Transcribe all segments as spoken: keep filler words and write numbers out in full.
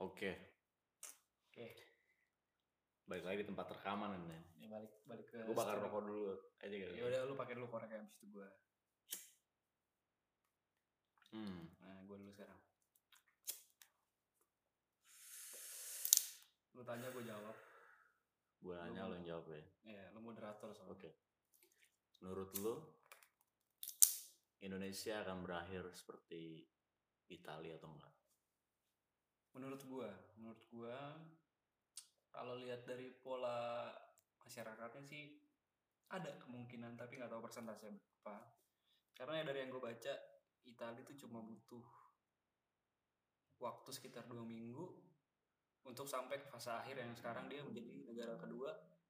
Oke, Oke, balik lagi di tempat rekaman ini. ya balik balik ke Gue bakar story. rokok dulu aja kali. Ya udah lu pakai dulu korek habis itu gua. Hmm, Nah, gua dulu sekarang. Lu tanya gua jawab. gue nanya lo yang jawab ya. Ya, lu moderator soalnya. Oke. Menurut lu Indonesia akan berakhir seperti Italia atau enggak? Menurut gua, menurut gua kalau lihat dari pola masyarakatnya sih ada kemungkinan, tapi nggak tahu persentase berapa. Karena ya dari yang gue baca, Italia itu cuma butuh waktu sekitar dua minggu untuk sampai ke fase akhir yang sekarang dia menjadi negara kedua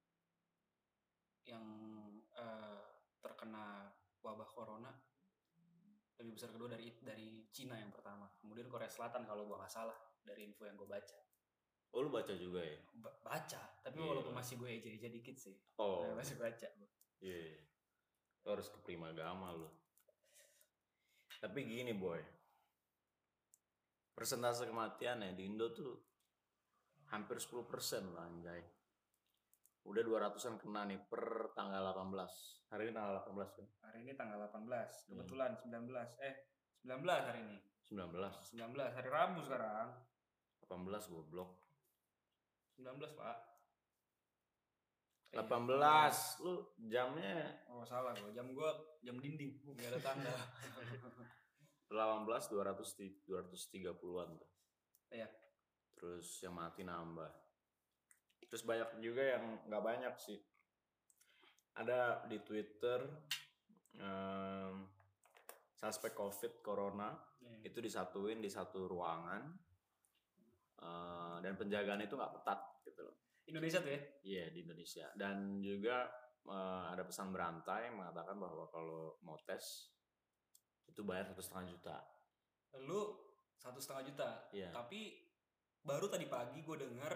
yang eh, terkena wabah corona lebih besar kedua dari dari Cina yang pertama, kemudian Korea Selatan kalau gua nggak salah dari info yang gue baca. Oh lu baca juga ya? Ba- baca, tapi Gila. walaupun masih gue eja-eja dikit sih. Oh. Nah, masih baca. Iya. Yeah. Lo harus ke Primagama lu. Tapi gini boy, persentase kematian ya di Indo tuh hampir sepuluh persen lah anjay. Udah dua ratusan kena nih per tanggal delapan belas. Hari ini tanggal delapan belas kan? Hari ini tanggal delapan belas, kebetulan hmm. sembilan belas. Eh, sembilan belas hari ini. sembilan belas. sembilan belas, hari Rabu sekarang. delapan belas goblok. sembilan belas, Pak. delapan belas, lu jamnya. Oh, salah gua. Jam gua jam dinding, enggak ada tanda. delapan belas dua ratus dua ratus tiga puluhan tuh. Iya. Terus yang mati nambah. Terus banyak juga yang nggak banyak sih. Ada di Twitter um, suspek COVID corona yeah. Itu disatuin di satu ruangan uh, dan penjagaan itu nggak ketat gitu loh. Indonesia tuh ya? Iya yeah, di Indonesia. Dan juga uh, ada pesan berantai yang mengatakan bahwa kalau mau tes itu bayar satu setengah juta. Lu satu setengah juta. Iya. Tapi baru tadi pagi gue denger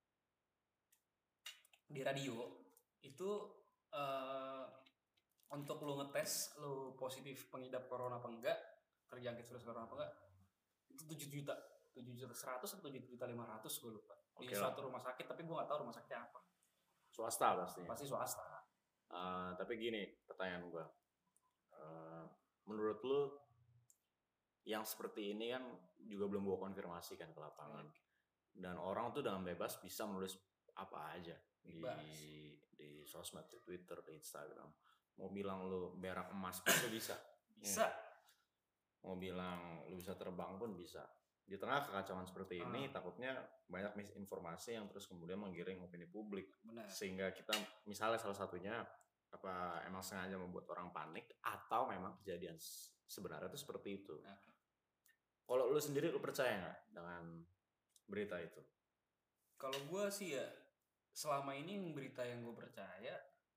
di radio itu uh, untuk lu ngetes lu positif pengidap corona apa enggak, terjangkit virus corona apa enggak, itu tujuh juta, tujuh juta seratus atau tujuh juta lima ratus gue lupa. Di okay. Suatu rumah sakit, tapi gue nggak tahu rumah sakitnya apa. Swasta pasti. Pasti swasta. Uh, tapi gini pertanyaan gue, uh, menurut lu yang seperti ini kan juga belum gue konfirmasi kan ke lapangan. Hmm. Dan orang tuh dengan bebas bisa menulis apa aja di bebas. Di sosmed, di Twitter, di Instagram. Mau bilang lu berak emas pun lu bisa. Bisa. Ya. Mau bilang lu bisa terbang pun bisa. Di tengah kekacauan seperti ini, hmm. takutnya banyak misinformasi yang terus kemudian menggiring opini publik. Benar. Sehingga kita, misalnya salah satunya, apa emang sengaja membuat orang panik, atau memang kejadian sebenarnya itu seperti itu. Okay. Kalau lu sendiri, lu percaya nggak dengan berita itu? Kalau gue sih ya, selama ini berita yang gue percaya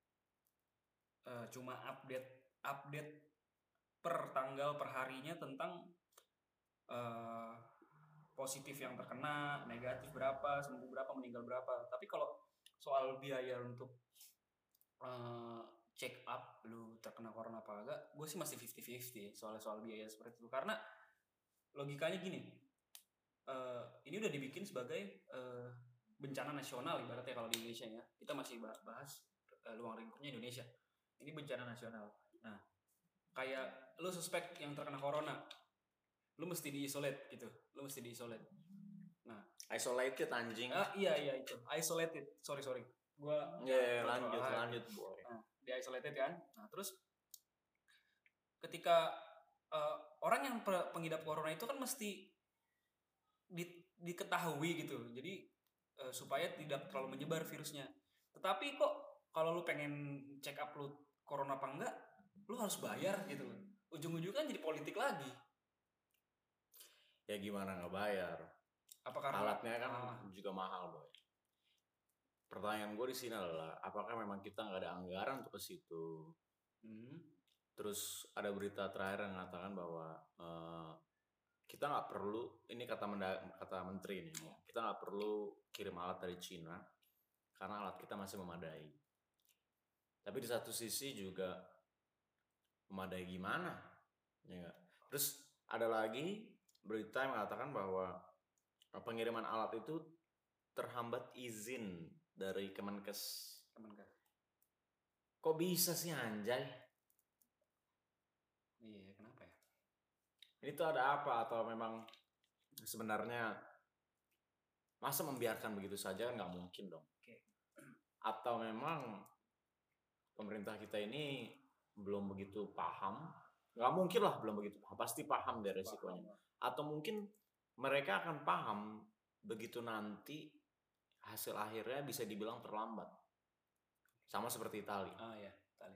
uh, cuma update update per tanggal per harinya tentang uh, positif yang terkena, negatif berapa, sembuh berapa, meninggal berapa. Tapi kalau soal biaya untuk uh, check up lu terkena corona apa enggak, gue sih masih fifty fifty soal soal biaya seperti itu. Karena logikanya gini, uh, ini udah dibikin sebagai uh, bencana nasional ibaratnya kalau di Indonesia ya. Kita masih bahas uh, luang lingkupnya Indonesia. Ini bencana nasional. Nah, kayak lu suspek yang terkena corona, lu mesti diisolate gitu. Lu mesti diisolate. Nah, isolated anjing. Ah, iya iya itu. Isolated. Sorry sorry. Gua ya yeah, lanjut ah, lanjut boy. Nah, di isolated kan. Nah, terus ketika uh, orang yang pengidap corona itu kan mesti di, diketahui gitu. Jadi uh, supaya tidak terlalu menyebar virusnya. Tetapi kok kalau lu pengen check up lu corona apa enggak, lu harus bayar gitu loh. Ujung-ujungnya kan jadi politik lagi. Ya gimana nggak bayar? Apakah alatnya kan ah. juga mahal boy. Pertanyaan gue di sini adalah apakah memang kita nggak ada anggaran untuk ke situ? Hmm. Terus ada berita terakhir yang mengatakan bahwa uh, kita nggak perlu, ini kata menda- kata menteri ini, ya. Kita nggak perlu kirim alat dari Cina karena alat kita masih memadai. Tapi di satu sisi juga memadai gimana? Ya. Terus ada lagi berita yang mengatakan bahwa pengiriman alat itu terhambat izin dari Kemenkes. Kemenkes. Kok bisa sih anjay? Iya, kenapa ya? Ini tuh ada apa atau memang sebenarnya masa membiarkan begitu saja kan nggak mungkin dong. Oke. Atau memang pemerintah kita ini belum begitu paham? Nggak mungkin lah belum begitu paham, pasti paham deh resikonya. Paham. Atau mungkin mereka akan paham begitu nanti hasil akhirnya bisa dibilang terlambat. Sama seperti Italia. Ah ya, Italia.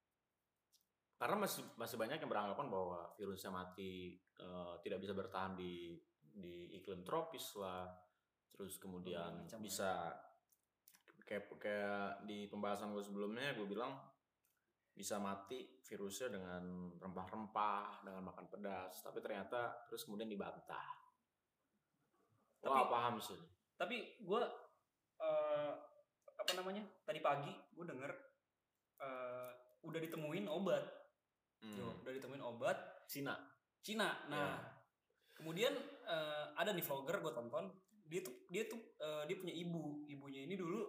Karena masih masih banyak yang beranggapan bahwa virusnya mati, uh, tidak bisa bertahan di di iklim tropis lah. Terus kemudian oh, bisa kayak kayak di pembahasan gue sebelumnya gue bilang bisa mati virusnya dengan rempah-rempah, dengan makan pedas. Tapi ternyata terus kemudian dibantah. Tapi, wah paham sih. Tapi gue uh, apa namanya? Tadi pagi gue denger uh, udah ditemuin obat. Hmm. Yo, udah ditemuin obat Cina. Cina. Nah, yeah. Kemudian uh, ada nih vlogger gue tonton, dia tuh dia tuh uh, dia punya ibu. Ibunya ini dulu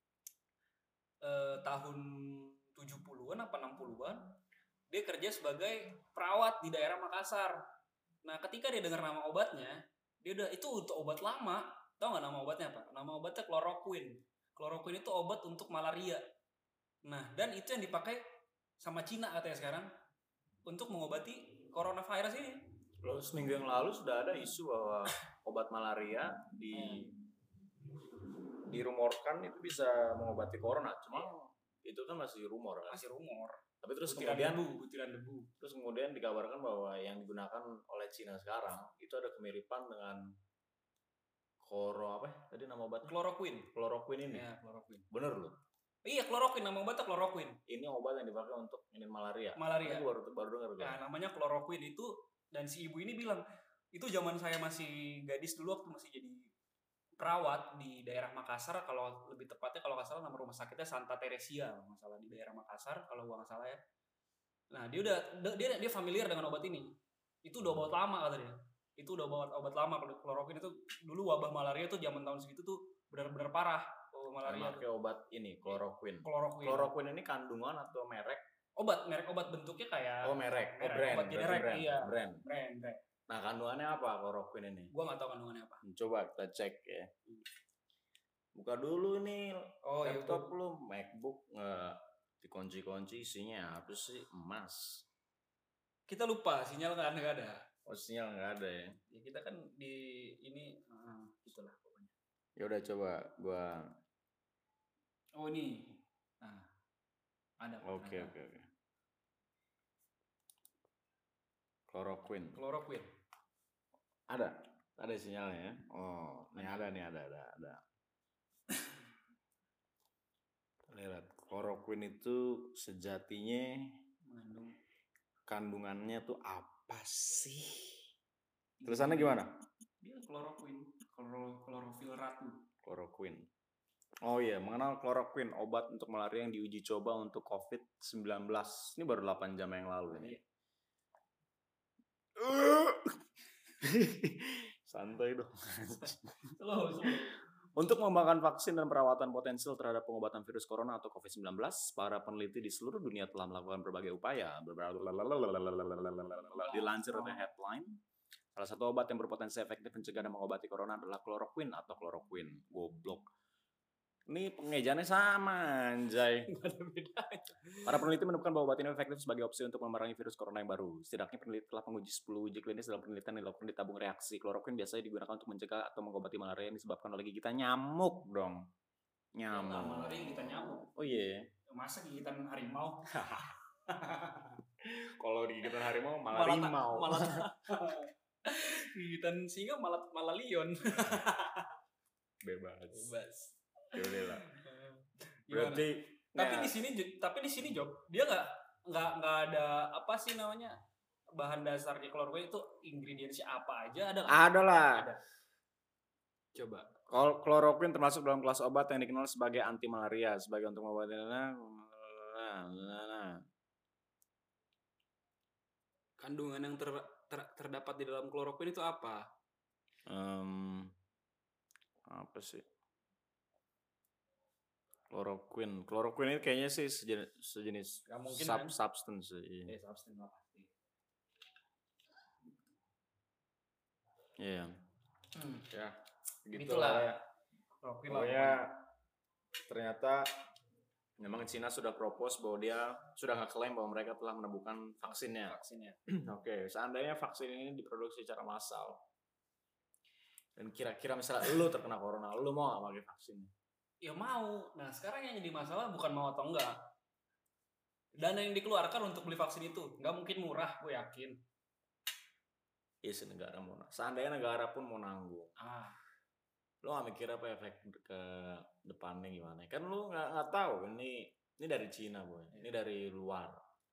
uh, tahun tujuh puluhan apa enam puluhan dia kerja sebagai perawat di daerah Makassar. Nah, ketika dia dengar nama obatnya, dia udah itu untuk obat lama. Tahu nggak nama obatnya apa? Nama obatnya chloroquine. Chloroquine itu obat untuk malaria. Nah, dan itu yang dipakai sama Cina katanya sekarang untuk mengobati coronavirus ini. Lalu seminggu yang lalu sudah ada isu bahwa obat malaria di hmm. dirumorkan itu bisa mengobati corona. Cuma yeah. itu kan masih rumor kan? Masih rumor. Tapi terus butiran kemudian debu, butiran debu. Terus kemudian dikabarkan bahwa yang digunakan oleh Cina sekarang itu ada kemiripan dengan Koro apa ya? Tadi nama obatnya? Chloroquine. Chloroquine ini. Ya, chloroquine. Bener loh. Iya, chloroquine, nama obatnya chloroquine. Ini obat yang dipakai untuk ini malaria. Malaria. Ini baru baru dengar kan. Nah, namanya chloroquine itu dan si ibu ini bilang, itu zaman saya masih gadis dulu waktu masih jadi perawat di daerah Makassar, kalau lebih tepatnya kalau nggak salah nama rumah sakitnya Santa Teresia, masalah di daerah Makassar kalau gua nggak salah ya. Nah, dia udah dia dia familiar dengan obat ini. Itu udah obat lama kata dia. Itu udah obat obat lama. Chloroquine itu dulu wabah malaria tuh zaman tahun segitu tuh benar-benar parah. Oh, malaria pakai obat ini chloroquine. Chloroquine. Chloroquine ini kandungan atau merek? Obat, merek obat bentuknya kayak oh merek, merek oh brand, obat generik, brand, iya. brand. Brand, brand. Nah, kandungannya apa chloroquine ini? Gua nggak tahu kandungannya apa. Coba kita cek ya. Buka dulu nih oh, laptop iya, lu, MacBook nggak dikunci-kunci isinya apa sih? Emas. Kita lupa sinyal nggak ada, ada. Oh, sinyal nggak ada ya? Ya kita kan di ini uh, itulah pokoknya. Ya udah coba gua. Oh ini. Nah, ada. Oke oke oke. Chloroquine. Chloroquine. Ada, ada sinyalnya ya. Oh, ini ada nih ada ada ada. Lihat, chloroquine itu sejatinya mengandung kandungannya tuh apa sih? Tulisannya gimana? Dia chloroquine, klorofil ratu. Chloroquine. Oh iya, mengenal chloroquine, obat untuk malaria yang diuji coba untuk covid sembilan belas. Ini baru delapan jam yang lalu ini. Santai dong. Slow, slow. Untuk mengembangkan vaksin dan perawatan potensial terhadap pengobatan virus corona atau covid sembilan belas, para peneliti di seluruh dunia telah melakukan berbagai upaya. Dilansir oleh headline, salah satu obat yang berpotensi efektif mencegah dan mengobati corona adalah chloroquine atau chloroquine. Goblok. Ini pengejaannya sama, anjay. Gak ada bedanya. Para peneliti menemukan bahwa obat ini efektif sebagai opsi untuk memerangi virus corona yang baru. Setidaknya peneliti telah menguji sepuluh uji klinis dalam penelitian yang dilakukan di tabung reaksi. Chloroquine biasanya digunakan untuk mencegah atau mengobati malaria yang disebabkan oleh gigitan nyamuk dong. Nyamuk. Ya, malaria gigitan nyamuk. Oh iya. Yeah. Masa gigitan harimau? Kalau gigitan harimau malah rimau. Malah gigitan singa malah malah lion. Bebas. Bebas. Yaudah lah. Berarti tapi ya. di sini tapi di sini Job dia nggak nggak nggak ada apa sih namanya bahan dasarnya chloroquine itu ingredientsnya apa aja ada ada lah ada. Coba kalau chloroquine termasuk dalam kelas obat yang dikenal sebagai anti malaria sebagai untuk mengobati nah, nah, nah. Kandungan yang ter, ter, terdapat di dalam chloroquine itu apa? Um, Apa sih? Chloroquine. Chloroquine ini kayaknya sih sejenis, sejenis sub kan? substance sih. Eh, substance lah pasti. Iya. Yeah. Hmm. Ya, begitulah ya. Pokoknya ternyata memang Cina sudah propose bahwa dia sudah ngeklaim bahwa mereka telah menemukan vaksinnya. Vaksinnya. Oke, okay. Seandainya vaksin ini diproduksi secara massal dan kira-kira misalnya lu terkena corona, lu mau nggak pakai vaksinnya? Ya mau. Nah sekarang yang jadi masalah bukan mau atau enggak. Dana yang dikeluarkan untuk beli vaksin itu nggak mungkin murah, gue yakin. Iya sih, negara mau. Seandainya negara pun mau nanggung. Ah. Lo nggak mikir apa efek ke depannya gimana? Kan lo nggak nggak tahu. Ini ini dari Cina boy. Yeah. Ini dari luar.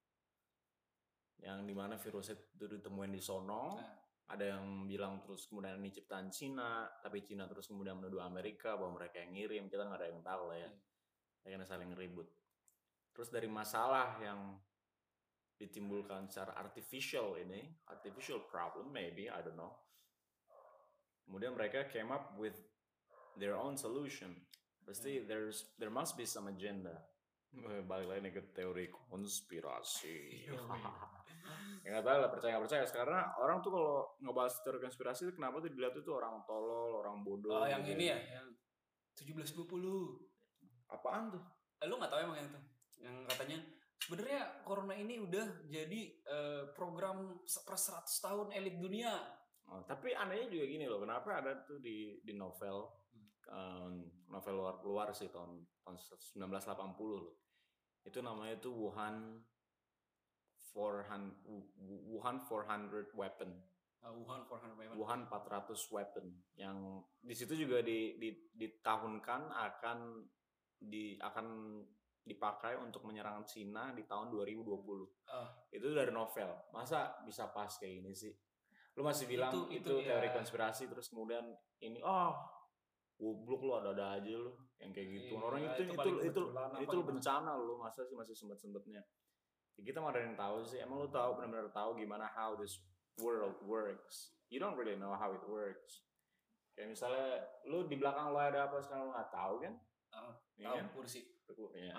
Yang dimana virusnya itu ditemuin di sono. Yeah. Ada yang bilang terus kemudian ini ciptaan Cina, tapi Cina terus kemudian menuduh Amerika bahwa mereka yang ngirim. Kita nggak ada yang tahu lah ya. Yeah. Karena saling ribut. Terus dari masalah yang ditimbulkan secara artificial ini, artificial problem maybe, I don't know. Kemudian mereka came up with their own solution. Pasti yeah. there's there must be some agenda. Balik lagi ke teori konspirasi. Ya nggak tahu lah, percaya nggak percaya. Karena orang tuh kalau ngebahas teori konspirasi itu kenapa tuh dilihat itu orang tolol, orang bodoh. Oh yang gitu. Ini ya, yang tujuh belas dua puluh. Apaan tuh? Eh, lu nggak tahu emang yang itu? Yang katanya sebenarnya corona ini udah jadi uh, program per seratus tahun elit dunia. Oh, tapi anehnya juga gini loh, kenapa ada tuh di di novel hmm. um, novel luar luar sih tahun tahun sembilan belas delapan puluh loh. Itu namanya tuh Wuhan four hundred Wuhan four hundred weapon. Uh, Wuhan four hundred weapon. Wuhan empat ratus weapon yang di situ juga di di ditahunkan akan di akan dipakai untuk menyerang Cina di tahun dua ribu dua puluh. Uh. Itu dari novel. Masa bisa pas kayak gini sih? Lu masih bilang itu, itu, itu teori ya. Konspirasi terus kemudian ini oh goblok lu ada-ada aja lu yang kayak gitu. Iya, orang itu itu itu itu, itu lu bencana lu, masa sih masih sempet-sempetnya. Ya, kita mah ada yang tahu sih. Emang lu tahu benar-benar tahu gimana how this world works. You don't really know how it works. Kayak misalnya lu di belakang lu ada apa sekarang lu nggak tahu kan? Uh, ya, tahu kan? Kursi. Iya.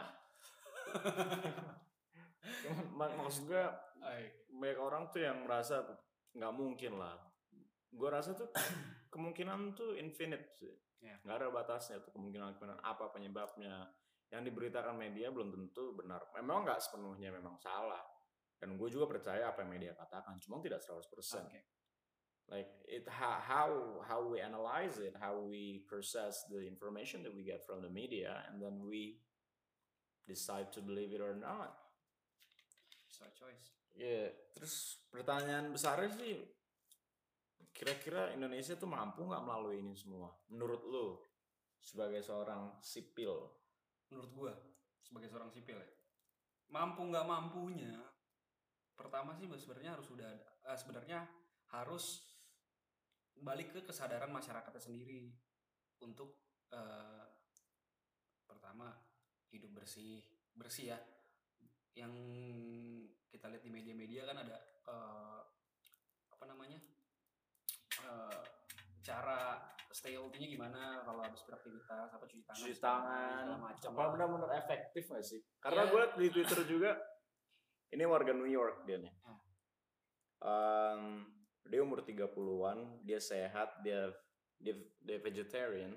Mak- maksud gue banyak orang tuh yang merasa nggak mungkin lah. Gue rasa tuh kemungkinan tuh infinite sih. Yeah. Nggak ada batasnya tuh kemungkinan kemungkinan apa penyebabnya. Yang diberitakan media belum tentu benar. Memang nggak sepenuhnya memang salah. Dan gue juga percaya apa yang media katakan. Cuma tidak seratus persen. Okay. Like it how how we analyze it, how we process the information that we get from the media, and then we decide to believe it or not. It's our choice. Ya, yeah. Terus pertanyaan besarnya sih, kira-kira Indonesia tuh mampu nggak melalui ini semua? Menurut lo, sebagai seorang sipil? Menurut gua, sebagai seorang sipil ya, mampu nggak mampunya, pertama sih sebenarnya harus sudah, uh, sebenarnya harus balik ke kesadaran masyarakatnya sendiri untuk uh, pertama hidup bersih, bersih ya. Yang kita lihat di media-media kan ada uh, apa namanya uh, cara stay healthy-nya gimana kalau habis beraktivitas, apa cuci tangan, cuci tangan, macam. Apa benar-benar efektif nggak sih? Karena yeah. gue liat di Twitter juga, ini warga New York dia nih, um, dia umur tiga puluhan, dia sehat, dia dia, dia vegetarian,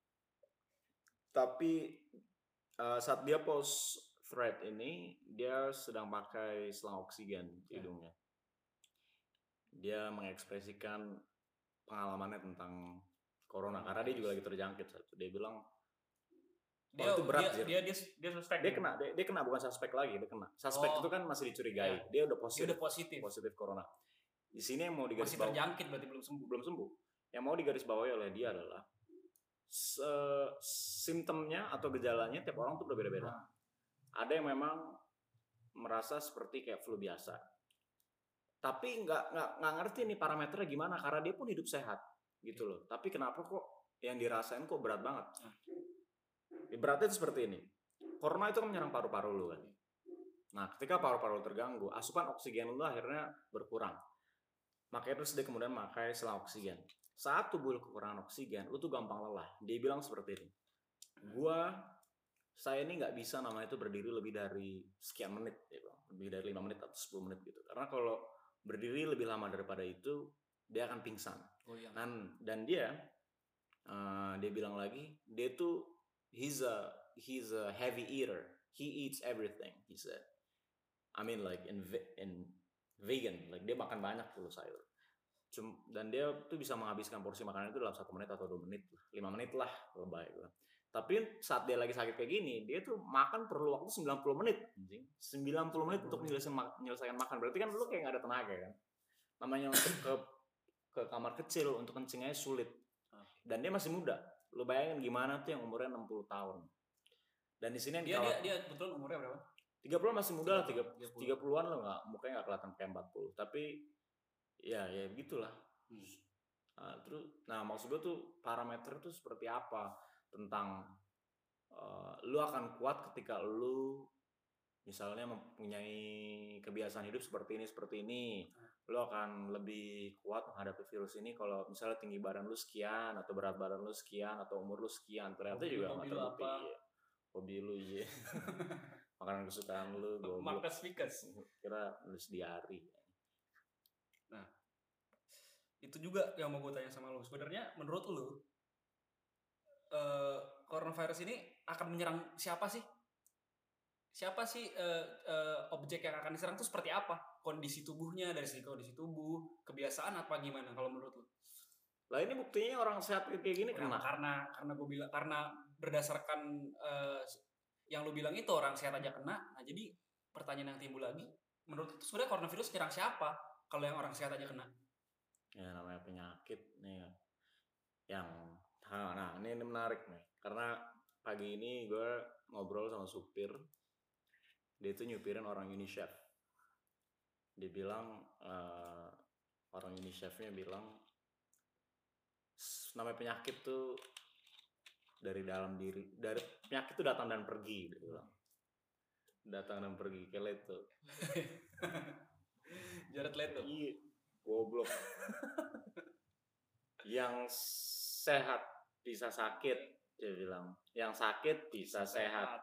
tapi uh, saat dia post thread ini dia sedang pakai selang oksigen di hidungnya. Dia mengekspresikan pengalamannya tentang corona karena dia juga lagi terjangkit satu. Dia bilang dia, oh, itu berat dia, dia, dia, dia suspek. Dia kena, dia, dia kena bukan suspek lagi, dia kena. Suspek oh. itu kan masih dicurigai. Ya. Dia udah positif. Dia udah positif. Positif corona. Di sini yang mau digaris masih terjangkit berarti belum sembuh. Belum sembuh. Yang mau digarisbawahi oleh dia adalah se- simptomnya atau gejalanya tiap orang tuh berbeda-beda. Nah. Ada yang memang merasa seperti kayak flu biasa, tapi nggak nggak nggak ngerti nih parameternya gimana karena dia pun hidup sehat gitu loh. Tapi kenapa kok yang dirasain kok berat banget? Beratnya itu seperti ini. Corona itu kan menyerang paru-paru lu kan. Nah, ketika paru-paru terganggu, asupan oksigen lu akhirnya berkurang. Makanya terus dia kemudian pakai selang oksigen. saat tubuh lu kekurangan oksigen, lu tuh gampang lelah. Dia bilang seperti ini. Gua, saya ini nggak bisa namanya itu berdiri lebih dari sekian menit, dia bilang. Lebih dari lima menit atau sepuluh menit gitu. Karena kalau berdiri lebih lama daripada itu, dia akan pingsan. Oh, iya. Dan, dan dia, uh, dia bilang lagi, dia tuh he's a he's a heavy eater. He eats everything, he said. I mean like in in vegan, like dia makan banyak tuh sayur. Cum, dan dia tuh bisa menghabiskan porsi makanan itu dalam satu menit atau dua menit, lima menit lah lebay gue. Tapi saat dia lagi sakit kayak gini, dia tuh makan perlu waktu sembilan puluh menit, anjing. sembilan puluh menit untuk menyelesaikan, menyelesaikan makan. Berarti kan lu kayak gak ada tenaga kan. Namanya untuk ke ke kamar kecil untuk kencingnya sulit. Dan dia masih muda. Lu bayangin gimana tuh yang umurnya enam puluh tahun. Dan di sini dia, dia dia betul umurnya berapa? tiga puluh masih muda lah, tiga puluhan lo nggak, mukanya nggak kelihatan kayak empat puluh, tapi ya ya begitulah. Hmm. Nah, terus, nah maksud gue tuh parameter itu seperti apa tentang uh, lu akan kuat ketika lu misalnya mempunyai kebiasaan hidup seperti ini seperti ini, lu akan lebih kuat menghadapi virus ini kalau misalnya tinggi badan lu sekian atau berat badan lu sekian atau umur lu sekian. Ternyata hobi, juga nggak terbukti. Iya. Hobi lu iya. Makanan kesukaan lu, gue Marcus Vickers kira nulis diari. Nah, itu juga yang mau gue tanya sama lu. Sebenarnya menurut lu uh, coronavirus ini akan menyerang siapa sih? Siapa sih uh, uh, objek yang akan diserang itu seperti apa? Kondisi tubuhnya, dari segi kondisi tubuh, kebiasaan apa gimana kalau menurut lu? Lah ini buktinya orang sehat kayak gini nah, kena. Karena karena gue bilang karena berdasarkan uh, yang lu bilang itu orang sehat aja kena. Nah, jadi pertanyaan yang timbul lagi, menurut itu sebenarnya coronavirus nyerang siapa kalau yang orang sehat aja kena? Ya namanya penyakit nih. Yang nah, ini, ini menarik nih. Karena pagi ini gue ngobrol sama supir. Dia itu nyupirin orang UNICEF. Dia bilang uh, orang UNICEF-nya bilang namanya penyakit tuh dari dalam diri, dari penyakit itu datang dan pergi, dia bilang. Datang dan pergi, kayak Leto. Jared Leto. Iya, goblok. Yang sehat bisa sakit, dia bilang. Yang sakit bisa sehat.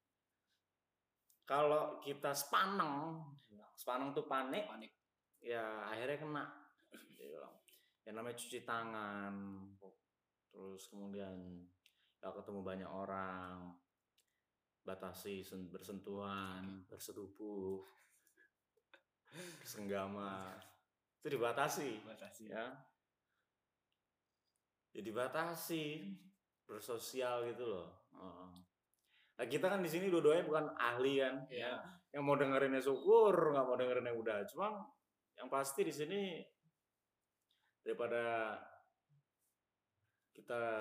Kalau kita sepaneng, sepaneng tuh panik, panik, ya akhirnya kena. Dia bilang. Yang namanya cuci tangan, terus kemudian gak ketemu banyak orang, batasi bersentuhan, bersetubuh, bersenggama, itu dibatasi, batasi. Ya, ya dibatasi, bersosial gitu loh. Nah kita kan di sini dua-duanya bukan ahli kan, yeah. ya. Yang mau dengerinnya syukur, nggak mau dengerinnya udah. Cuma yang pasti di sini daripada kita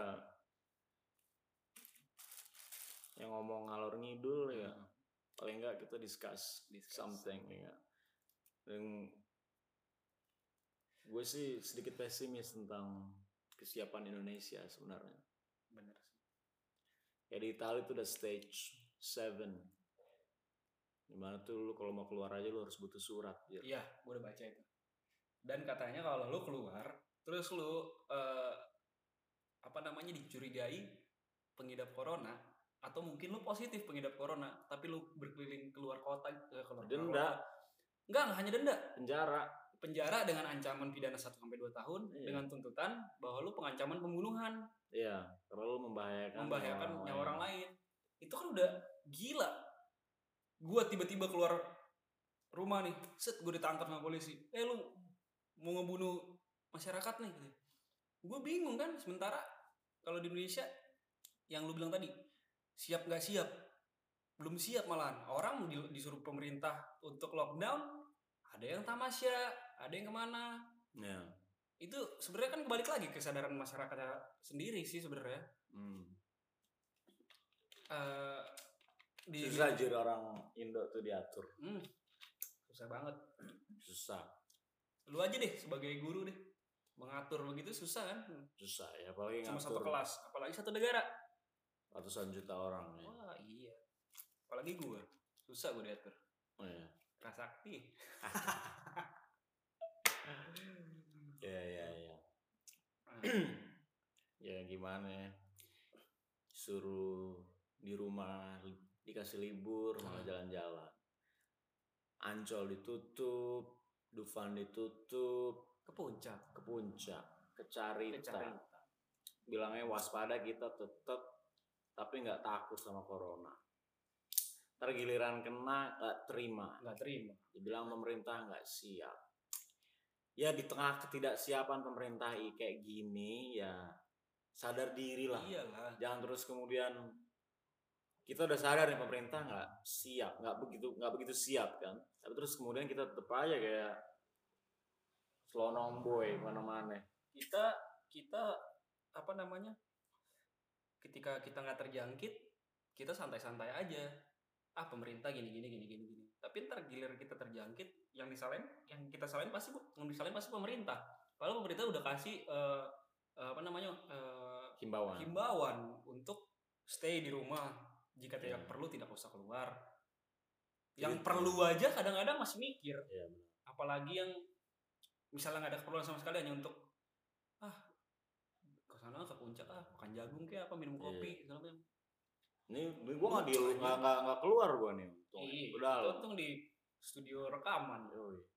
yang ngomong ngalor ngidul hmm. ya paling enggak kita discuss, discuss. something ya. Dan gue sih sedikit pesimis tentang kesiapan Indonesia sebenarnya. Bener sih. Ya di Italia itu udah stage seven. Dimana tuh lu kalau mau keluar aja lu harus butuh surat. Iya, ya, gue udah baca itu. Dan katanya kalau lu keluar, terus lu uh, apa namanya dicurigai pengidap corona, atau mungkin lu positif pengidap corona, tapi lu berkeliling keluar kota, keluar denda. Kota. Enggak, enggak hanya denda. Penjara. Penjara dengan ancaman pidana satu sampai dua tahun, iya. Dengan tuntutan bahwa lu pengancaman pembunuhan. Iya, terlalu membahayakan, membahayakan nyawa, nyawa orang lain. Itu kan udah gila. Gua tiba-tiba keluar rumah nih, set gue ditangkap sama polisi. Eh lu mau ngebunuh masyarakat nih. Gue bingung kan, sementara kalau di Indonesia yang lu bilang tadi, siap nggak siap, belum siap malahan. Orang disuruh pemerintah untuk lockdown, ada yang tamasya, ada yang kemana. Ya. Itu sebenarnya kan kebalik lagi kesadaran masyarakatnya sendiri sih sebenarnya. Hmm. Uh, di, susah jadi orang Indo tuh diatur. Hmm, susah banget. Susah. Lu aja deh sebagai guru deh, mengatur begitu susah kan? Susah ya, apalagi cuma ngatur satu kelas, apalagi satu negara. Ratusan juta orang ya. Wah iya. Apalagi gue, susah gue diatur. Oh iya. Prasakti. Ya ya ya. Ya gimana ya, suruh di rumah dikasih libur malah jalan-jalan. Ancol ditutup, Dufan ditutup, ke puncak, ke puncak, ke Carita. ke Carita. Bilangnya waspada kita tetap, tapi nggak takut sama corona. Ntar giliran kena nggak terima, nggak terima. dibilang pemerintah nggak siap. Ya di tengah ketidaksiapan pemerintah kayak gini ya sadar diri lah. Iyalah. Jangan terus kemudian kita udah sadar nih pemerintah nggak siap, nggak begitu nggak begitu siap kan. Tapi terus kemudian kita tetap aja kayak selonong boy mana-mana. Kita kita apa namanya? Ketika kita nggak terjangkit, kita santai-santai aja. Ah pemerintah gini gini gini gini gini. Tapi ntar giliran kita terjangkit, yang disalahin, yang kita salahin pasti, yang disalahin pasti pemerintah. Kalau pemerintah udah kasih uh, uh, apa namanya uh, himbauan himbauan untuk stay di rumah, jika yeah. tidak perlu tidak usah keluar. Yang Jadi, perlu aja kadang-kadang masih mikir. Yeah. Apalagi yang misalnya nggak ada keperluan sama sekali hanya untuk ah ke sana ke puncak ah makan jagung kayak apa minum kopi segala yeah. Ini, ini gue nggak di nggak nggak nggak keluar gue nih. Untung. Iya, udah. Untung di studio rekaman. Oh, iya.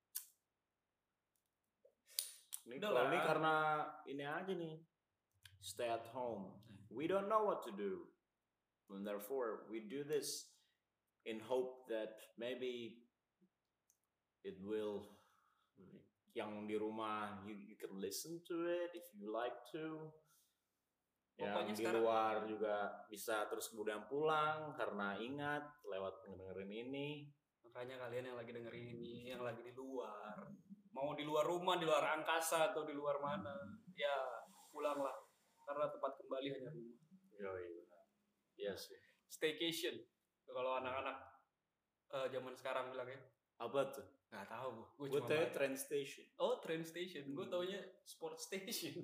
Ini kalau ini karena ini aja nih, stay at home. We don't know what to do, and therefore we do this in hope that maybe it will. Yang di rumah, you you can listen to it if you like to. Yang di luar juga bisa terus kemudian pulang karena ingat lewat dengerin ini. Makanya kalian yang lagi dengerin ini, yang lagi di luar, mau di luar rumah, di luar angkasa atau di luar mana, ya pulanglah karena tempat kembali hanya rumah. Iya iya. Iya sih. Staycation. Kalau anak-anak uh, zaman sekarang bilang ya. Apa tuh? Nggak tahu. Gue tahu train station. Oh train station. Gue taunya sport station.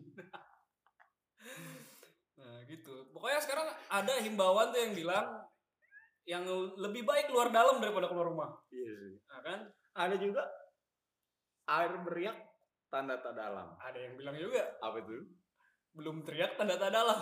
Nah gitu. Pokoknya sekarang ada himbauan tuh yang bilang yang lebih baik keluar dalam daripada keluar rumah. Iya sih. Nah, kan? Ada juga air beriak tanda tak dalam. Ada yang bilang juga. Apa itu? Belum teriak tanda tak dalam.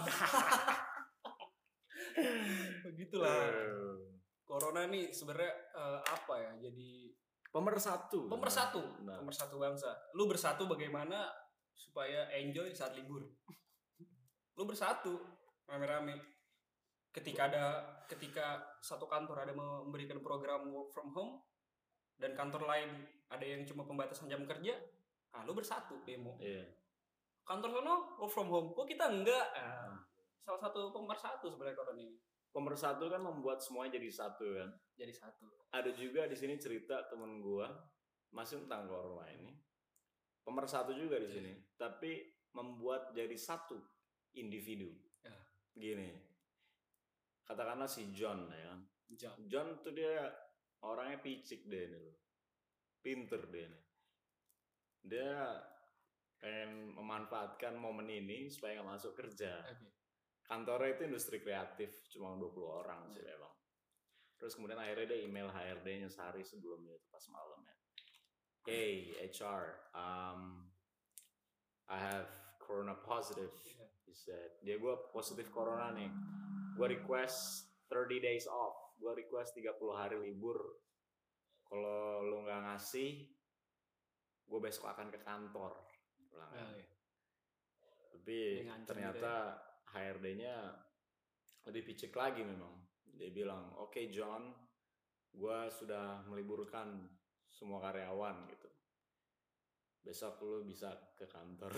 Begitulah. Uh. Corona nih sebenarnya uh, apa ya? Jadi pemersatu. Pemersatu. Nah. Pemersatu bangsa. Lu bersatu bagaimana supaya enjoy saat libur? Lu bersatu rame-rame. Ketika ada ketika satu kantor ada memberikan program work from home dan kantor lain ada yang cuma pembatasan jam kerja, ah lu bersatu demo. Iya. Kantor sono work from home, kok kita enggak? Ah, salah satu pemersatu sebenarnya corona ini. Pemersatu kan membuat semuanya jadi satu kan? Jadi satu. Ada juga di sini cerita temen gua masih tentang corona ini. Pemersatu juga di sini, yeah. Tapi membuat jadi satu individu. Ya. Gini. Katakanlah si John ya kan. John. John tuh dia orangnya picik deh ini loh. Pinter deh ini. Dia pengen memanfaatkan momen ini supaya gak masuk kerja. Okay. Kantornya itu industri kreatif, cuma dua puluh orang sih memang. Terus kemudian akhirnya dia email H R D-nya sehari sebelumnya itu pas malam ya. Hey H R, um, I have corona positive. He said, dia gue positif corona nih. Gue request thirty days off. Gue request tiga puluh hari libur. Kalau lu nggak ngasih, gue besok akan ke kantor. Pulang kan. Oh, iya. Tapi ternyata H R D-nya lebih picik lagi memang. Dia bilang, oke okay, John, gue sudah meliburkan semua karyawan gitu. Besok lu bisa ke kantor.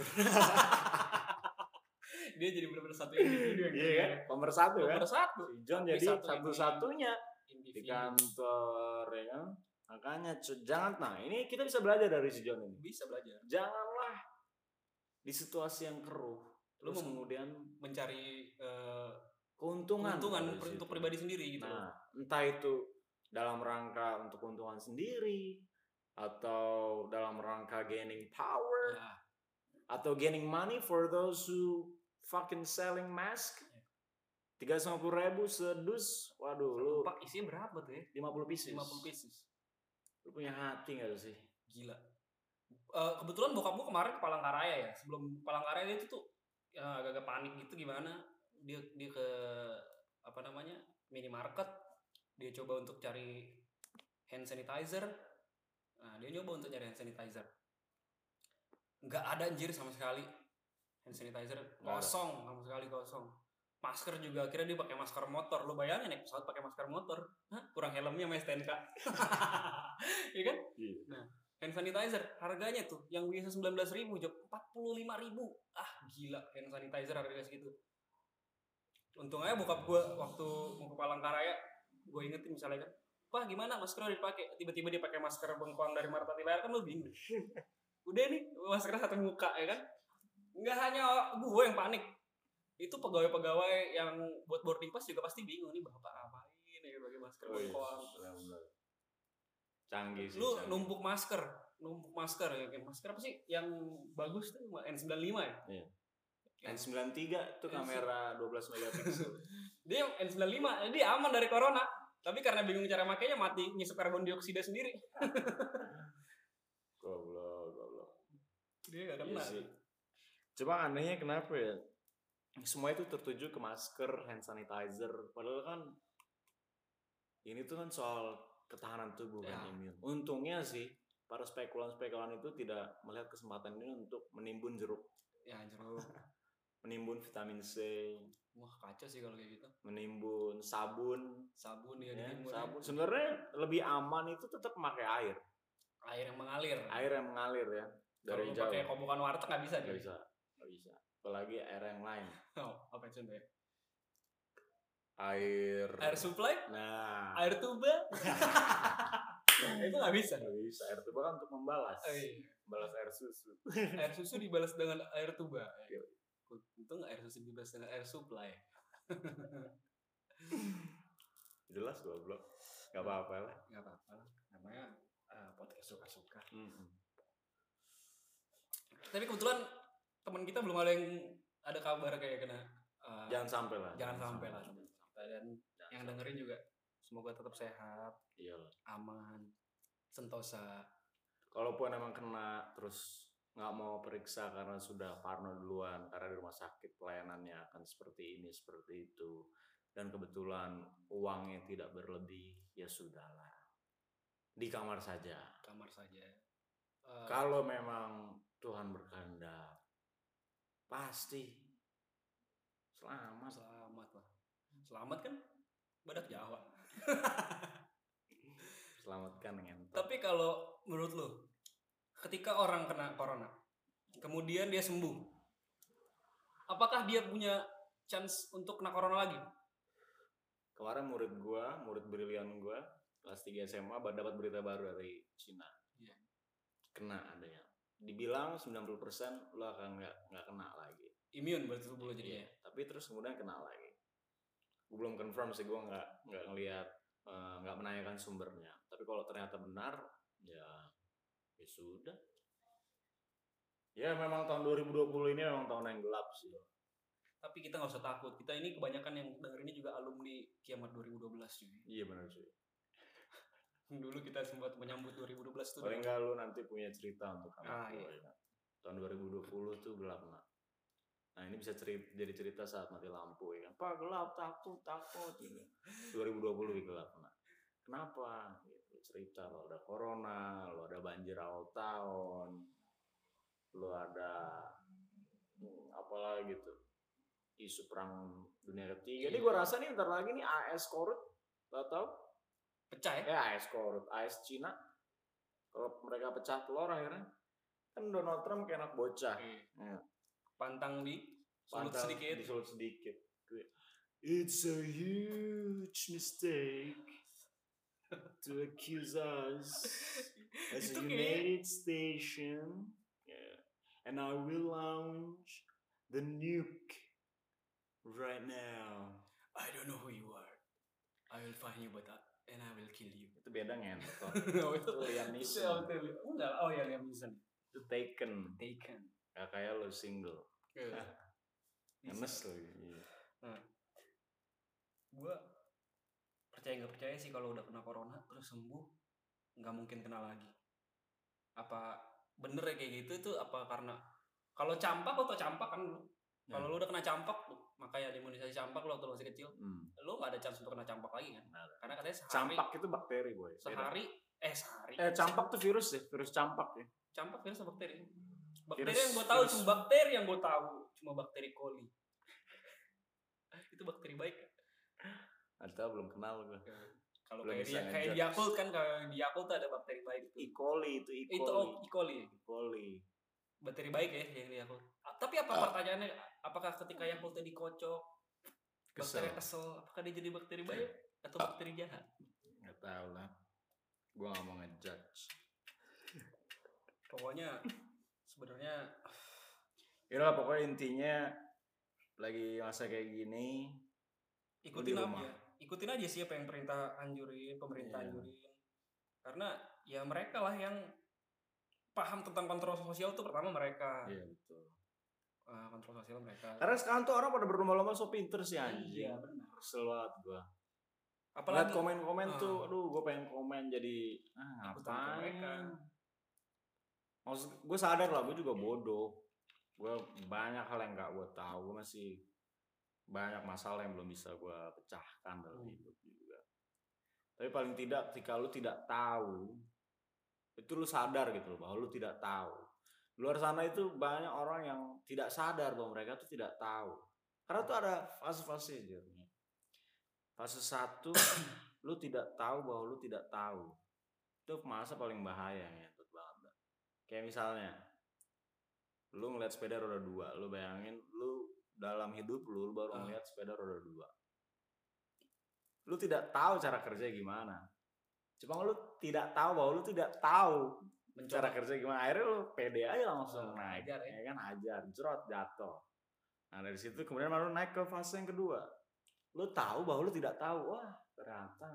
Dia jadi benar-benar satu individu yang iya kan? Pemersatu kan? Pemersatu. Si John jadi satu-satunya di kantor ya kan? Makanya jangan, nah ini kita bisa belajar dari si John ini. Bisa belajar. Janganlah di situasi yang keruh. Lu kemudian mencari uh, keuntungan, keuntungan untuk pribadi sendiri gitu. Nah, entah itu dalam rangka untuk keuntungan sendiri atau dalam rangka gaining power ya. Atau gaining money for those who fucking selling mask. tiga ratus lima puluh ribu sedus. Waduh, satu lu pak isinya berapa tuh ya? lima puluh pieces. lima puluh pieces. Lu punya hati enggak sih? Gila. Uh, kebetulan bokap gua kemarin ke Palangkaraya ya. Sebelum Palangkaraya itu tuh ya agak-agak panik gitu gimana, dia dia ke apa namanya minimarket, dia coba untuk cari hand sanitizer. Nah dia nyoba untuk cari hand sanitizer, nggak ada anjir sama sekali. Hand sanitizer kosong, sama sekali kosong. Masker juga akhirnya dia pakai masker motor. Lo bayangin naik pesawat pakai masker motor, hah? Kurang helmnya sama S T N K. Iya kan? Iya. Nah, hand sanitizer harganya tuh yang biasa sembilan belas ribu jok empat puluh lima ribu. Ah, gila hand sanitizer harganya segitu. Untung aja bokap gue waktu mau ke Palangkaraya, gue ingetin misalnya kan, "Wah, gimana maskernya dipakai?" Tiba-tiba dia pakai masker bengkoang dari Marta Tilaar, kan lo bingung. Udah nih, maskernya satu muka ya kan. Nggak hanya gue yang panik, itu pegawai-pegawai yang buat boarding pass juga pasti bingung nih, bapak apain ya pakai masker bengkoang. Canggih sih. Lu canggih. numpuk masker, numpuk masker ya kan. Masker apa sih yang bagus tuh N sembilan puluh lima ya? Iya. N sembilan puluh tiga tuh kamera dua belas megapiksel. Dia N sembilan puluh lima, jadi aman dari corona. Tapi karena bingung cara makainya mati ngisep karbon dioksida sendiri. Goblok, goblok. Dia gak kena. Iya sih. Cuma anehnya kenapa ya? Semua itu tertuju ke masker, hand sanitizer. Padahal kan ini tuh kan soal ketahanan tubuh ya. Kan imun. Untungnya sih para spekulan-spekulan itu tidak melihat kesempatan ini untuk menimbun jeruk. Ya jeruk. Menimbun vitamin C. Wah kacau sih kalau kayak gitu. Menimbun sabun. Sabun ya, ya ditimbun. Sabun. Sebenarnya lebih aman itu tetap memakai air. Air yang mengalir. Air yang mengalir ya. Dari kalau pakai kobokan warteg nggak bisa. Nggak bisa. Nggak bisa. Apalagi air yang lain. Oh, apa itu ya? Air. Air supply? Nah. Air tuba? Itu nggak bisa. Nggak bisa. Air tuba kan untuk membalas. Oh, iya. Membalas air susu. Air susu dibalas dengan air tuba. Untung air susu dibalas dengan air supply. Jelas goblok. Gak apa-apa lah. Gak apa-apa lah. Namanya uh, podcast suka-suka. Mm-hmm. Tapi kebetulan teman kita belum ada yang ada kabar kayak kena. Uh, jangan sampai lah. Jangan, jangan sampai lah. Sampai. Dan jangan yang dengerin juga semoga tetap sehat. Iyalah. Aman. Sentosa. Kalaupun emang kena terus nggak mau periksa karena sudah parno duluan karena di rumah sakit pelayanannya akan seperti ini seperti itu dan kebetulan uangnya tidak berlebih, ya sudahlah di kamar saja kamar saja uh, kalau memang Tuhan berkehendak pasti selamat selamat lah selamat kan badak Jawa. selamatkan ngentot. Tapi kalau menurut lo ketika orang kena corona, kemudian dia sembuh, apakah dia punya chance untuk kena corona lagi? Kemarin murid gua, murid brilian gua, kelas tiga S M A, dapat berita baru dari Cina. Iya. Kena adanya. Dibilang sembilan puluh persen lo akan nggak nggak kena lagi. Immune berarti tubuh lo jadinya. Iya. Tapi terus kemudian kena lagi. Gua belum confirm sih, gua nggak nggak ngelihat, nggak uh, menanyakan sumbernya. Tapi kalau ternyata benar, ya. Ya sudah. Ya memang tahun dua ribu dua puluh ini memang tahun yang gelap sih. Tapi kita nggak usah takut. Kita ini kebanyakan yang denger ini juga alumni Kiamat dua ribu dua belas cuy. Iya benar cuy. Dulu kita sempat menyambut dua ribu dua belas tuh. Paling nggak lu nanti punya cerita untuk anak ah, lu iya. ya. Tahun dua ribu dua puluh tuh gelap nak. Nah ini bisa cerita, jadi cerita saat mati lampu ya kan. Pak gelap takut takut. dua ribu dua puluh gelap nak. Kenapa? Cerita lo ada corona, lo ada banjir awal tahun, lo ada hmm, apalah gitu isu perang dunia ketiga. Jadi gue rasa nih ntar lagi nih A S korut, lo tau? Pecah ya? Eh A S korut, A S Cina. Kalau mereka pecah telur akhirnya, kan Donald Trump kayak anak bocah. Hmm. Ya. Pantang di sulut sedikit. Disulut sedikit. It's a huge mistake to accuse us as a United Station, yeah. And I will launch the nuke right now. I don't know who you are. I will find you, but I, and I will kill you. Itu beda ngen. Oh, itu Liam Neeson. Enggak, oh ya Liam Neeson. Itu Taken. Taken. Gak kayak lo single. Ngenes lo. Nah, gue percaya nggak percaya sih kalau udah kena corona terus sembuh nggak mungkin kena lagi. Apa bener ya kayak gitu itu apa karena kalau campak atau campak kan Kalau lu udah kena campak, makanya imunisasi campak lu waktu lu masih kecil, hmm. lu nggak ada chance untuk kena campak lagi kan? Nah, karena katanya sehari. Campak itu bakteri boy. Sehari, eh sehari. Eh campak tuh virus ya, virus campak ya. Campak virus atau bakteri? Bakteri virus, yang gue tahu cuma bakteri yang gue tahu cuma bakteri coli. Itu bakteri baik. Atau belum kenal gue. Kalau kayak dia kayak di Yakult kan, kalau di Yakult tuh ada bakteri baik itu. E. coli itu E. coli. Itu oh, E. coli. E. coli. Bakteri baik ya yang di Yakult. Tapi apa uh. pertanyaannya, apakah ketika Yakultnya dikocok bakteri kesel, apakah dia jadi bakteri baik atau bakteri jahat? Nggak tahu lah. Gua nggak mau ngejudge. Pokoknya sebenarnya ya lah, pokoknya intinya lagi masa kayak gini ikutin aja. Ikutin aja sih apa yang perintah anjurin, pemerintah yeah. anjurin. Karena ya mereka lah yang paham tentang kontrol sosial tuh pertama mereka. Iya betul. Uh, kontrol sosial mereka. Karena sekarang tuh orang pada berlomba-lomba so pinter sih anjing. Iya benar. Kesel banget gua. Apalagi komen-komen uh, tuh, aduh gua pengen komen jadi ah ngapain mereka. Maksud gue sadar lah, gue juga bodoh. Gue banyak hal yang gak gue tahu, gue masih banyak masalah yang belum bisa gue pecahkan dalam hmm. hidup juga. Tapi paling tidak ketika lu tidak tahu, itu lu sadar gitu loh bahwa lu tidak tahu. Luar sana itu banyak orang yang tidak sadar bahwa mereka tuh tidak tahu. Karena tuh ada fase-fase aja. Fase satu, lu tidak tahu bahwa lu tidak tahu. Itu masa paling bahaya ya. Kayak misalnya, lu ngeliat sepeda roda dua, lu bayangin lu dalam hidup lu, lu baru ngeliat sepeda roda dua. Lu tidak tahu cara kerja gimana. Cuma lu tidak tahu bahwa lu tidak tahu mencoba cara kerja gimana. Akhirnya lu pede aja langsung oh, naik, ajar, ya. ya kan ajar, jerot, jatuh. Nah dari situ kemudian lu naik ke fase yang kedua. Lu tahu bahwa lu tidak tahu, wah ternyata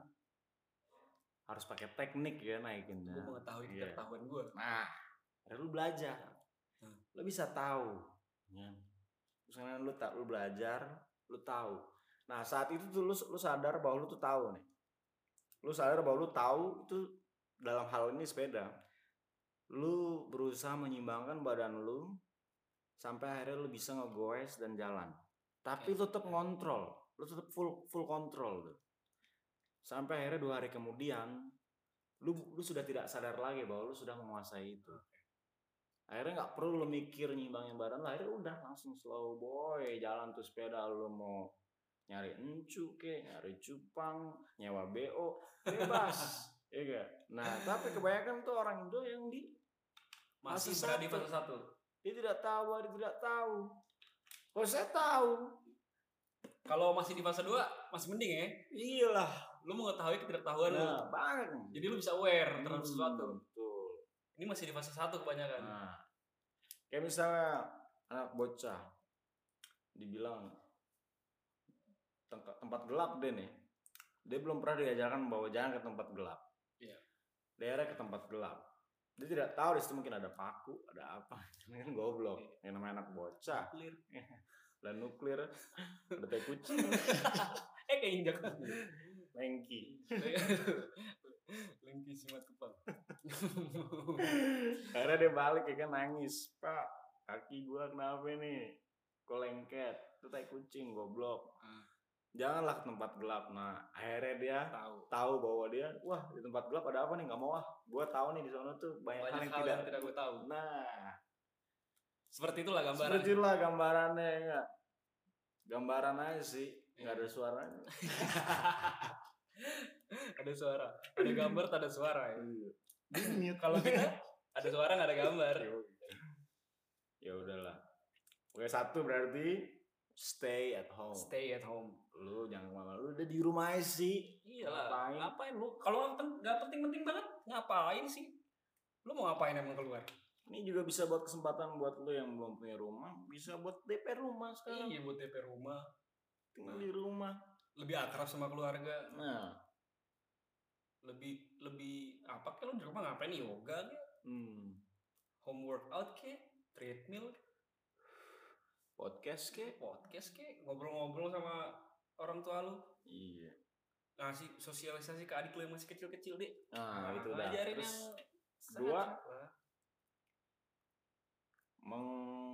harus pakai teknik ya naikinnya. Gue mengetahui ketidaktahuan yeah. gue. Nah. Akhirnya lu belajar, hmm. lu bisa tahu, ya. Misalnya lu tak, lu belajar, lu tahu. Nah saat itu tuh lu, lu sadar bahwa lu tuh tahu nih, lu sadar bahwa lu tahu itu dalam hal ini sepeda, lu berusaha menyimbangkan badan lu sampai akhirnya lu bisa ngegoes dan jalan. Tapi lu tetap ngontrol, lu tetap full full kontrol tuh. Sampai akhirnya dua hari kemudian, lu lu sudah tidak sadar lagi bahwa lu sudah menguasai itu. Akhirnya nggak perlu lo mikir nyimbangin badan lah, akhirnya udah langsung slow boy jalan tuh sepeda. Lo mau nyari encu ke, nyari cupang, nyewa B O, bebas. Ya gak? Nah tapi kebanyakan tuh orang Indo yang di masih berada di fase satu. Dia tidak tahu, dia tidak tahu. Oh saya tahu. Kalau masih di fase dua masih mending ya. Iyalah. Lo mengetahui ketidaktahuan nah, lo. Banget. Jadi lo bisa aware terhadap hmm, sesuatu. Betul. Ini masih di fase satu kebanyakan. Nah, kayak misalnya anak bocah dibilang tempat gelap deh nih. Dia belum pernah diajarkan bahwa jangan ke tempat gelap. Iya. Daerah ke tempat gelap. Dia tidak tahu di situ mungkin ada paku, ada apa. Ini kan goblok. Yang namanya anak bocah. Nuklir. Dan nuklir. Ada tai kucing. eh kayak injak. Lengki. Lengki simat kepala. Akhirnya dia balik ya kan nangis. Pak, kaki gua kenapa nih? Kok lengket? Itu tai kucing goblok. Hmm. Janganlah ke tempat gelap. Nah, akhirnya dia tahu tahu bahwa dia, wah di tempat gelap ada apa nih? Nggak mau ah. Gua tahu nih di sana tuh banyak, banyak hal yang tidak tidak gua tahu. Nah, seperti itulah gambaran. Seperti itulah gambarannya ya. Gambaran aja sih, nggak ada suaranya. Ada suara, ada gambar, tak ada suara ya. Kalau kita ada suara nggak ada gambar. Ya udahlah. Oke satu berarti stay at home. Stay at home. Lu jangan kemana, lu udah di rumah aja sih. Iyalah. Ngapain? Ngapain lu? Kalau nggak penting-penting banget, ngapain sih? Lu mau ngapain emang keluar? Ini juga bisa buat kesempatan buat lu yang belum punya rumah, bisa buat D P rumah sekarang. Iya buat D P rumah. Tinggal di rumah. Lebih akrab sama keluarga. Nah. Lebih lebih apa kan lu di rumah ngapain? Yoga ke? Hmm. Home workout ke? Treadmill ke? Podcast ke? Podcast ke? Ngobrol-ngobrol sama orang tua lu. Iya. Ngasih sosialisasi ke adik lu yang masih kecil-kecil deh. Nah, nah itu udah. Ajarin terus yang dua meng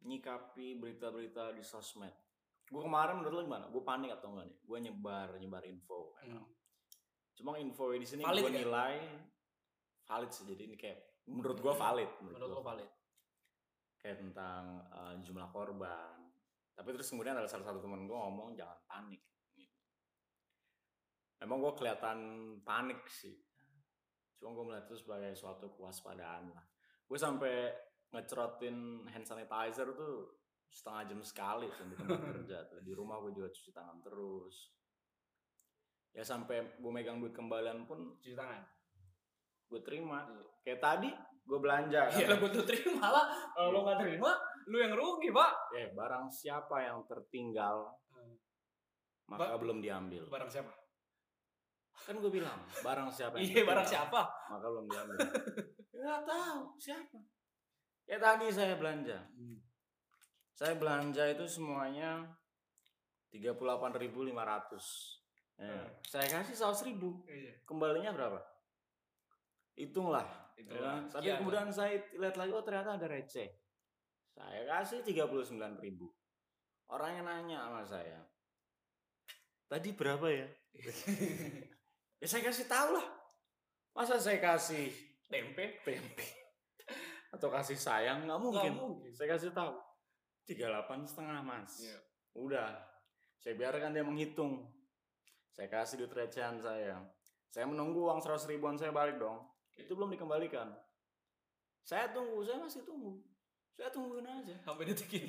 nyikapi berita-berita di sosmed. Gue kemarin menurut lo gimana? Gue panik atau enggak nih? Gue nyebar nyebar info. Hmm. Cuma info di sini gue nilai valid sih. Jadi ini kayak menurut gue valid. Menurut, menurut gue valid. Kayak tentang uh, jumlah korban. Tapi terus kemudian ada salah satu teman gue ngomong jangan panik. Gitu. Emang gue kelihatan panik sih. Cuma gue melihat itu sebagai suatu kewaspadaan lah. Gue sampai ngecerotin hand sanitizer tuh setengah jam sekali tuh di tempat kerja tuh. Di rumah gue juga cuci tangan terus. Ya sampai gue megang duit kembalian pun cuci tangan. Gue terima. Iya. Kayak tadi gue belanja. Iya lah gue tuh terima lah. Kalau lo nggak terima, lu yang rugi pak. Eh barang siapa yang tertinggal, hmm. maka ba- belum diambil. Barang siapa? Kan gue bilang barang siapa yang iya barang siapa? Maka belum diambil. Nggak tahu siapa. Ya tadi saya belanja. Hmm. Saya belanja itu semuanya tiga puluh delapan ribu lima ratus. Ya. Hmm. Saya kasih seratus ribu. Iya. Kembalinya berapa? Hitunglah. Hitunglah. Ya. Tapi kemudian lah. Saya lihat lagi, oh ternyata ada receh. Saya kasih tiga puluh sembilan ribu. Orangnya nanya sama saya, tadi berapa ya? Ya saya kasih tahu lah. Masa saya kasih tempe? Tempe. Atau kasih sayang? Nggak mungkin. Nggak mungkin. Saya kasih tahu. tiga puluh delapan setengah mas. Yeah. Udah. Saya biarkan dia menghitung. Saya kasih duit recehan saya. Saya menunggu uang seratus ribuan saya balik dong. Okay. Itu belum dikembalikan. Saya tunggu. Saya masih tunggu. Saya tungguin aja. Sampai detik ini.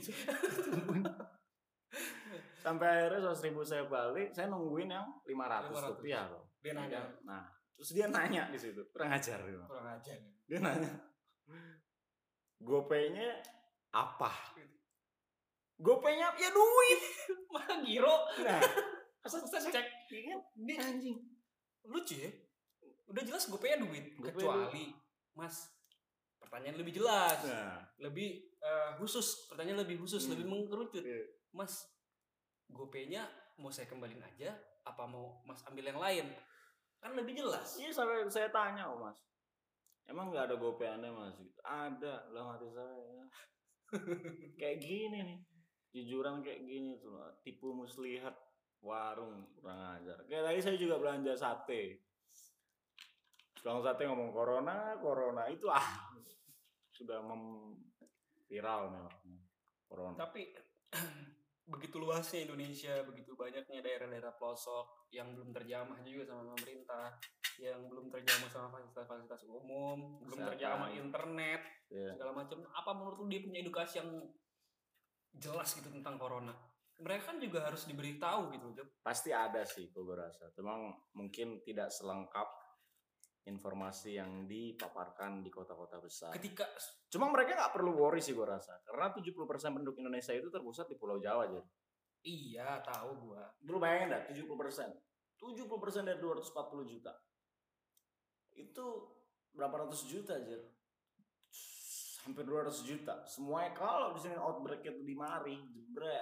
Sampai akhirnya seratus ribu saya balik. Saya nungguin yang lima ratus rupiah loh. Dia nanya. Nah, terus dia nanya di situ. Kurang ajar. Gitu. Kurang ajar. Dia nanya. GoPay-nya apa? GoPay-nya ya duit. Mana giro? Nah, asal cek. cek. Dia anjing. Lucu ya? Udah jelas GoPay-nya duit. GoPay kecuali, duit. Mas, pertanyaan lebih jelas. Nah. Lebih uh, khusus. Pertanyaan lebih khusus. Hmm. Lebih mengkerucut. Yeah. Mas, GoPay-nya mau saya kembaliin aja? Apa mau Mas ambil yang lain? Kan lebih jelas. Iya, sampai saya tanya, oh Mas. Emang gak ada GoPay Anda mas? Ada lah hati saya. Kayak gini nih. Jujuran kayak gini tuh. Tipu muslihat warung. Kurang ajar. Kayak tadi saya juga belanja sate. Tukang sate ngomong corona, corona. Itu ah. Sudah mem viral nih. Corona. Tapi begitu luasnya Indonesia. Begitu banyaknya daerah-daerah pelosok. Yang belum terjamah juga sama pemerintah. Yang belum terjamah sama fasilitas-fasilitas umum, belum terjamah internet, yeah. segala macam. Apa menurut lu dia punya edukasi yang jelas gitu tentang corona? Mereka kan juga harus diberitahu gitu, Job. Pasti ada sih, gue rasa. Cuma mungkin tidak selengkap informasi yang dipaparkan di kota-kota besar. Ketika, cuma mereka nggak perlu worry sih, gue rasa. Karena tujuh puluh persen penduduk Indonesia itu terpusat di Pulau Jawa aja. Iya, tahu gua. Lu bayangin dah, tujuh puluh persen. tujuh puluh persen dari dua ratus empat puluh juta. Itu berapa ratus juta aja, hampir dua ratus juta. Semuanya kalau di sini outbreak itu di mari, jebret.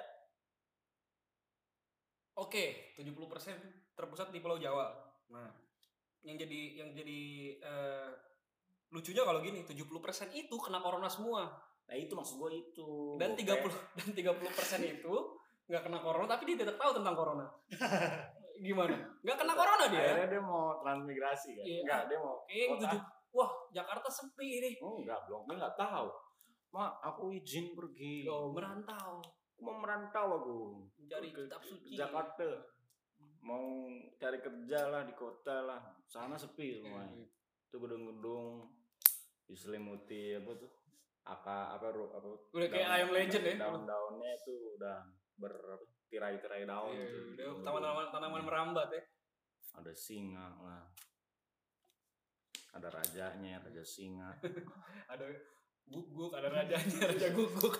Oke, tujuh puluh persen terpusat di Pulau Jawa. Nah, yang jadi yang jadi uh, lucunya kalau gini, tujuh puluh persen itu kena corona semua. Nah, itu maksud gue itu. Dan tiga puluh dan tiga puluh persen itu enggak kena corona tapi dia tidak tahu tentang corona. Gimana? Nggak kena corona dia? Akhirnya dia mau transmigrasi kan? Iya. Enggak, dia mau eh, tujuh, wah Jakarta sepi nih. Oh enggak, belum. Dia nggak tahu. Ma, aku izin pergi. Oh, merantau. Aku mau merantau aku. Mencari kitab suci. Jakarta. Mau cari kerja lah di kota lah. Sana sepi semuanya. Hmm. Itu gedung-gedung diselimuti apa tuh? Aka apa apa? Udah kayak ayam legend ya. Daun-daunnya itu udah ber tirai-tirai daun yeah, tuh. Udah tanaman tanaman merambat ya. Ada singa lah. Ada rajanya, raja singa. Ada guguk, ada rajanya, raja guguk.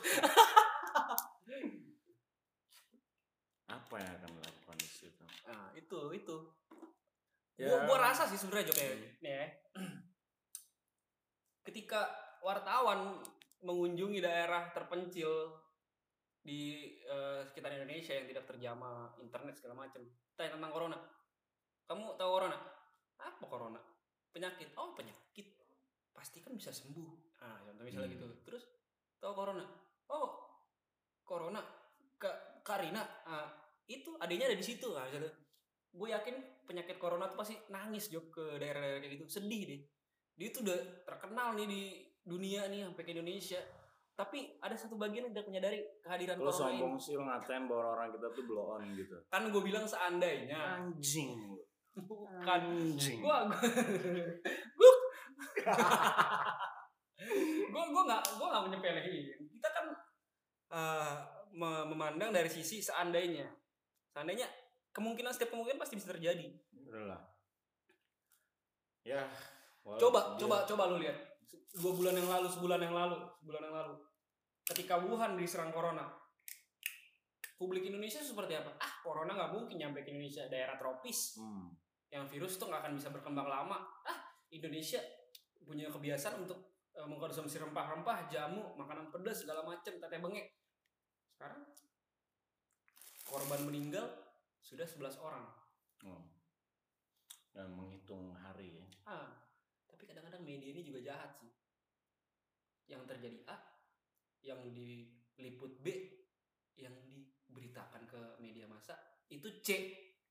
Apa yang akan dilakukan di situ? Nah, itu itu. Ya. Gua gua rasa sih sebenarnya Jok ya. Nih ya. Ketika wartawan mengunjungi daerah terpencil di uh, sekitar Indonesia yang tidak terjamah internet segala macam, tanya tentang corona. Kamu tahu corona? Apa corona? Penyakit. Oh, penyakit. Pasti kan bisa sembuh. Ah, contoh misalnya hmm. gitu. Terus tahu corona? Oh, corona ke Karina, uh, itu adanya ada di situ nggak? Gue yakin penyakit corona tuh pasti nangis Jok ke daerah-daerah kayak gitu, sedih deh. Dia tuh udah terkenal nih di dunia nih sampai ke Indonesia. Tapi ada satu bagian yang udah menyadari kehadiran lo corona ini. Lo sombong sih lo ngatain bahwa orang kita tuh blow on gitu. Kan gue bilang seandainya. Anjing. Bukan. Anjing. Gue gue gue gue nggak gue nggak menyepelein. Kita kan uh, memandang dari sisi seandainya. Seandainya kemungkinan setiap kemungkinan pasti bisa terjadi. Udahlah. Ya. Coba dia... coba coba lu lihat. Dua bulan yang lalu, sebulan yang lalu, sebulan yang lalu. Ketika Wuhan diserang corona, publik Indonesia seperti apa? Ah, corona nggak mungkin nyampe ke Indonesia, daerah tropis, hmm. yang virus tuh nggak akan bisa berkembang lama. Ah, Indonesia punya kebiasaan untuk uh, mengkonsumsi rempah-rempah, jamu, makanan pedas segala macam, tete bengek. Sekarang korban meninggal sudah sebelas orang. Hmm. Dan menghitung hari ya. Ah, tapi kadang-kadang media ini juga jahat sih. Yang terjadi A, yang diliput B, yang diberitakan ke media massa itu C.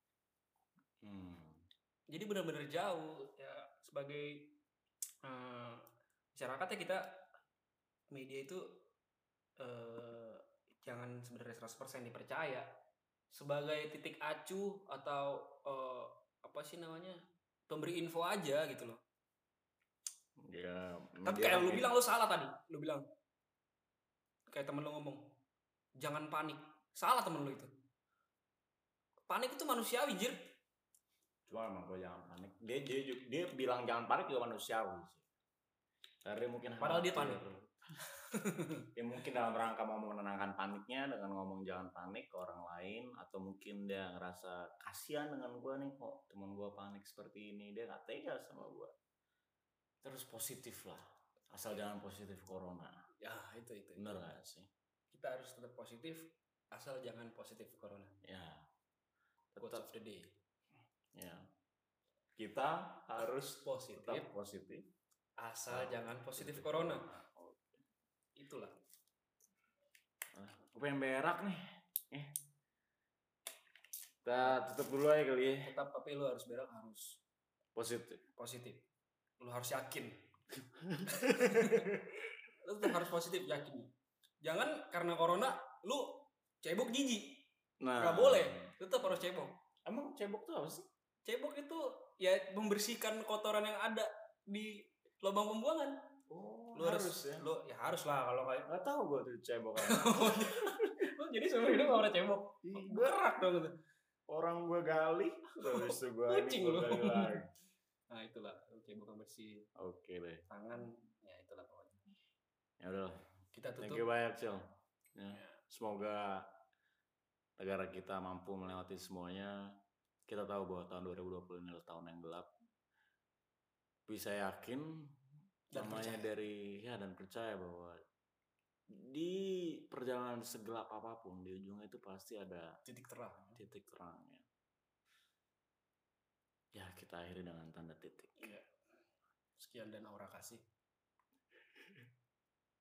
Hmm. Jadi benar-benar jauh ya, sebagai uh, masyarakatnya kita media itu uh, jangan sebenarnya seratus persen dipercaya sebagai titik acuh atau uh, apa sih namanya, pemberi info aja gitu loh. Ya, tapi kayak lu bilang lu salah tadi, lu bilang kayak temen lu ngomong jangan panik, salah temen lu itu. Panik itu manusiawi jir. Cuma emang gue jangan panik. Dia, dia dia bilang jangan panik juga manusiawi sih. Karena dia mungkin padahal dia panik. Dia mungkin dalam rangka mau menenangkan paniknya dengan ngomong jangan panik ke orang lain, atau mungkin dia ngerasa kasihan dengan gue nih, kok teman gue panik seperti ini, dia nggak tega sama gue. Terus positif lah, asal jangan positif corona. Ya itu itu. Bener nggak sih? Kita harus tetap positif, asal jangan positif corona. Ya. Quote of the day. Ya. Kita harus positif, tetap positif, asal oh, jangan positif corona. corona. Itulah. Nah, gue pengen berak nih. Eh. Kita tutup dulu aja kali ya. Tetap, tapi lu harus berak harus positif. Positif. Lu harus yakin. Lu tetap harus positif, yakin. Jangan karena corona lu cebok jijik. Nah, nggak boleh. Tetap harus cebok. Emang cebok tuh apa sih? Cebok itu ya membersihkan kotoran yang ada di lubang pembuangan. Oh, lu harus, harus ya. Lu ya harus lah kalau kayak nggak tahu gue tuh cebok apa. Lu jadi seumur hidup gak pernah cebok. Gerak dong gitu. Orang gue gali terus tuh gue ini gue gali lagi. Nah itulah cebok yang bersih. Oke deh. Tangan ya itulah pokoknya. Ya udah. Kita tutup. Thank you banyak Cil. Ya. Ya. Semoga negara kita mampu melewati semuanya. Kita tahu bahwa tahun dua ribu dua puluh ini adalah tahun yang gelap. Bisa yakin dan namanya percaya. dari ya dan percaya bahwa di perjalanan segelap apapun di ujungnya itu pasti ada titik terang. Titik terangnya. Ya kita akhiri dengan tanda titik. Ya. Sekian dan aura kasih.